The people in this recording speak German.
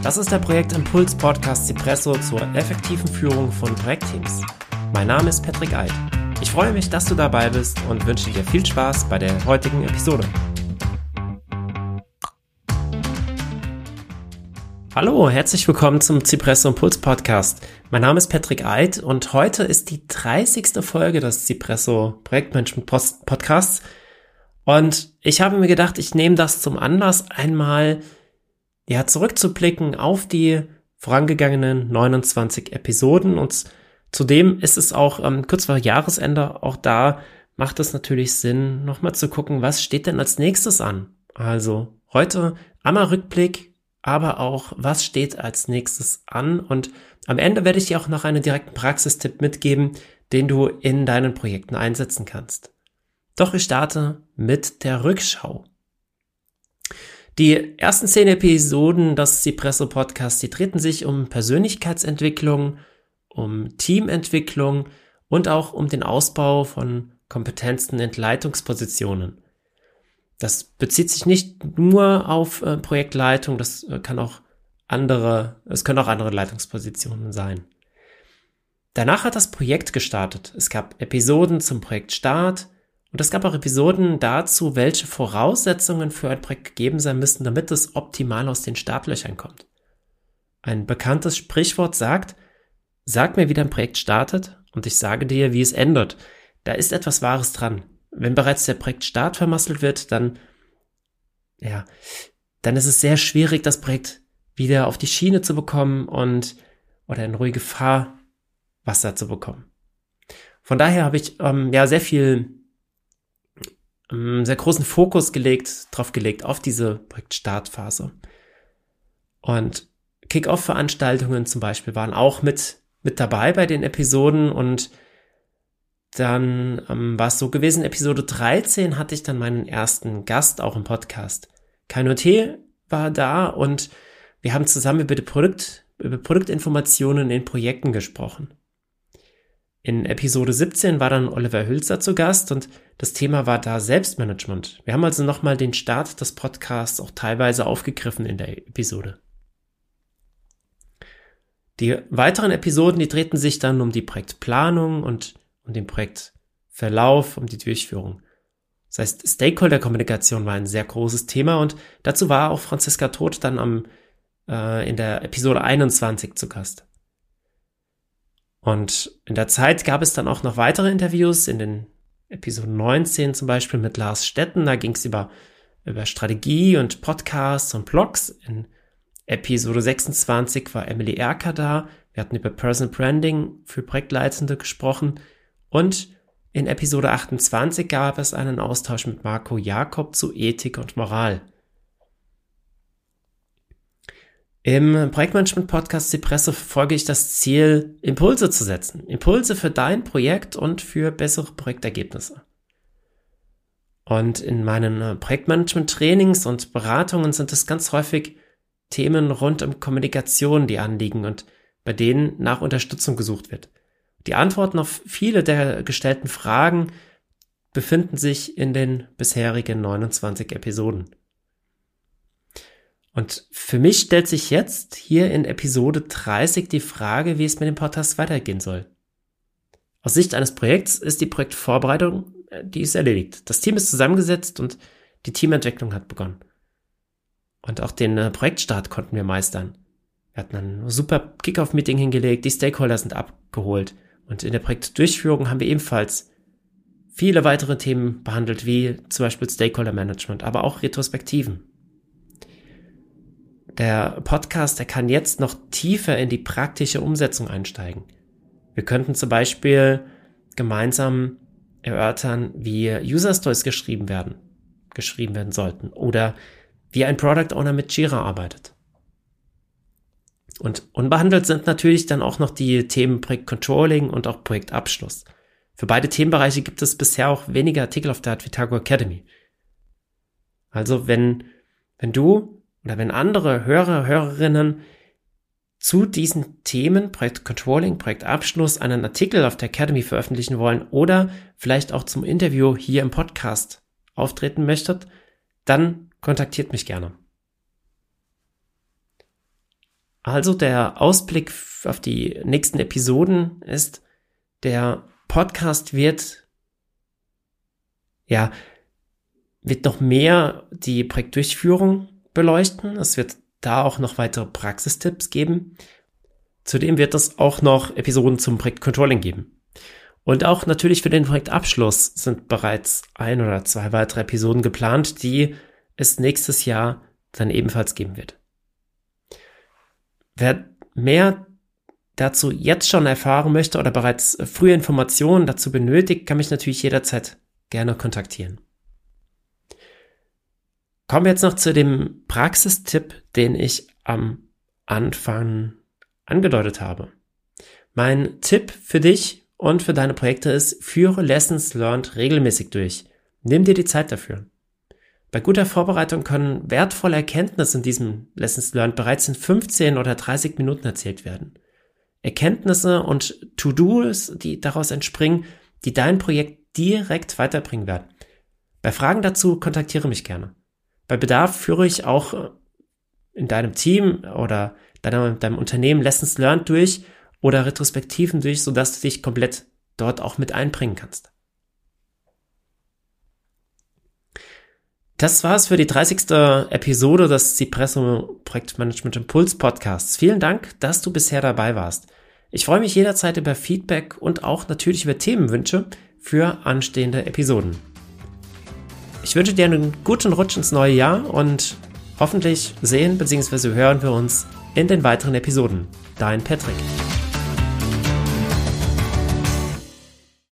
Das ist der Projektimpuls-Podcast Cipresso zur effektiven Führung von Projektteams. Mein Name ist Patrick Eid. Ich freue mich, dass du dabei bist und wünsche dir viel Spaß bei der heutigen Episode. Hallo, herzlich willkommen zum Cipresso Impuls Podcast. Mein Name ist Patrick Eid und heute ist die 30. Folge des Cipresso Projektmanagement Podcasts. Und ich habe mir gedacht, ich nehme das zum Anlass, einmal zurückzublicken auf die vorangegangenen 29 Episoden. Und zudem ist es auch kurz vor Jahresende, auch da macht es natürlich Sinn, nochmal zu gucken, was steht denn als nächstes an. Also heute einmal Rückblick, aber auch, was steht als nächstes an. Und am Ende werde ich dir auch noch einen direkten Praxistipp mitgeben, den du in deinen Projekten einsetzen kannst. Doch ich starte mit der Rückschau. Die ersten 10 Episoden des Cipresso Podcasts, die drehten sich um Persönlichkeitsentwicklung, um Teamentwicklung und auch um den Ausbau von Kompetenzen in Leitungspositionen. Das bezieht sich nicht nur auf Projektleitung, es können auch andere Leitungspositionen sein. Danach hat das Projekt gestartet. Es gab Episoden zum Projektstart und es gab auch Episoden dazu, welche Voraussetzungen für ein Projekt gegeben sein müssen, damit es optimal aus den Startlöchern kommt. Ein bekanntes Sprichwort sagt: Sag mir, wie dein Projekt startet und ich sage dir, wie es endet. Da ist etwas Wahres dran. Wenn bereits der Projektstart vermasselt wird, dann ist es sehr schwierig, das Projekt wieder auf die Schiene zu bekommen oder in ruhige Fahrwasser zu bekommen. Von daher habe ich sehr großen Fokus drauf gelegt auf diese Projektstartphase. Und Kick-Off-Veranstaltungen zum Beispiel waren auch mit dabei bei den Episoden, und dann war es so gewesen, Episode 13 hatte ich dann meinen ersten Gast auch im Podcast. K&T war da und wir haben zusammen über Produktinformationen in Projekten gesprochen. In Episode 17 war dann Oliver Hülzer zu Gast und das Thema war da Selbstmanagement. Wir haben also nochmal den Start des Podcasts auch teilweise aufgegriffen in der Episode. Die weiteren Episoden, die drehten sich dann um die Projektplanung und um den Projektverlauf, um die Durchführung. Das heißt, Stakeholder-Kommunikation war ein sehr großes Thema und dazu war auch Franziska Todt dann in der Episode 21 zu Gast. Und in der Zeit gab es dann auch noch weitere Interviews, in den Episoden 19 zum Beispiel mit Lars Stetten, da ging es über Strategie und Podcasts und Blogs. In Episode 26 war Emily Erker da, wir hatten über Personal Branding für Projektleitende gesprochen und in Episode 28 gab es einen Austausch mit Marco Jakob zu Ethik und Moral. Im Projektmanagement-Podcast Cipresso verfolge ich das Ziel, Impulse zu setzen. Impulse für dein Projekt und für bessere Projektergebnisse. Und in meinen Projektmanagement-Trainings und Beratungen sind es ganz häufig Themen rund um Kommunikation, die anliegen und bei denen nach Unterstützung gesucht wird. Die Antworten auf viele der gestellten Fragen befinden sich in den bisherigen 29 Episoden. Und für mich stellt sich jetzt hier in Episode 30 die Frage, wie es mit dem Podcast weitergehen soll. Aus Sicht eines Projekts ist die Projektvorbereitung, die ist erledigt. Das Team ist zusammengesetzt und die Teamentwicklung hat begonnen. Und auch den Projektstart konnten wir meistern. Wir hatten ein super Kick-Off-Meeting hingelegt, die Stakeholder sind abgeholt. Und in der Projektdurchführung haben wir ebenfalls viele weitere Themen behandelt, wie zum Beispiel Stakeholder-Management, aber auch Retrospektiven. Der Podcast, der kann jetzt noch tiefer in die praktische Umsetzung einsteigen. Wir könnten zum Beispiel gemeinsam erörtern, wie User Stories geschrieben werden sollten oder wie ein Product Owner mit Jira arbeitet. Und unbehandelt sind natürlich dann auch noch die Themen Projektcontrolling und auch Projektabschluss. Für beide Themenbereiche gibt es bisher auch weniger Artikel auf der Advitago Academy. Also wenn du oder wenn andere Hörerinnen zu diesen Themen Projektcontrolling, Projektabschluss einen Artikel auf der Academy veröffentlichen wollen oder vielleicht auch zum Interview hier im Podcast auftreten möchtet, dann kontaktiert mich gerne. Also der Ausblick auf die nächsten Episoden ist, der Podcast wird noch mehr die Projektdurchführung beleuchten. Es wird da auch noch weitere Praxistipps geben. Zudem wird es auch noch Episoden zum Projektcontrolling geben. Und auch natürlich für den Projektabschluss sind bereits 1 oder 2 weitere Episoden geplant, die es nächstes Jahr dann ebenfalls geben wird. Wer mehr dazu jetzt schon erfahren möchte oder bereits frühe Informationen dazu benötigt, kann mich natürlich jederzeit gerne kontaktieren. Kommen wir jetzt noch zu dem Praxistipp, den ich am Anfang angedeutet habe. Mein Tipp für dich und für deine Projekte ist, führe Lessons Learned regelmäßig durch. Nimm dir die Zeit dafür. Bei guter Vorbereitung können wertvolle Erkenntnisse in diesem Lessons Learned bereits in 15 oder 30 Minuten erzählt werden. Erkenntnisse und To-Dos, die daraus entspringen, die dein Projekt direkt weiterbringen werden. Bei Fragen dazu kontaktiere mich gerne. Bei Bedarf führe ich auch in deinem Team oder deinem Unternehmen Lessons Learned durch oder Retrospektiven durch, sodass du dich komplett dort auch mit einbringen kannst. Das war's für die 30. Episode des Cipresso Projektmanagement Impuls Podcasts. Vielen Dank, dass du bisher dabei warst. Ich freue mich jederzeit über Feedback und auch natürlich über Themenwünsche für anstehende Episoden. Ich wünsche dir einen guten Rutsch ins neue Jahr und hoffentlich sehen bzw. hören wir uns in den weiteren Episoden. Dein Patrick.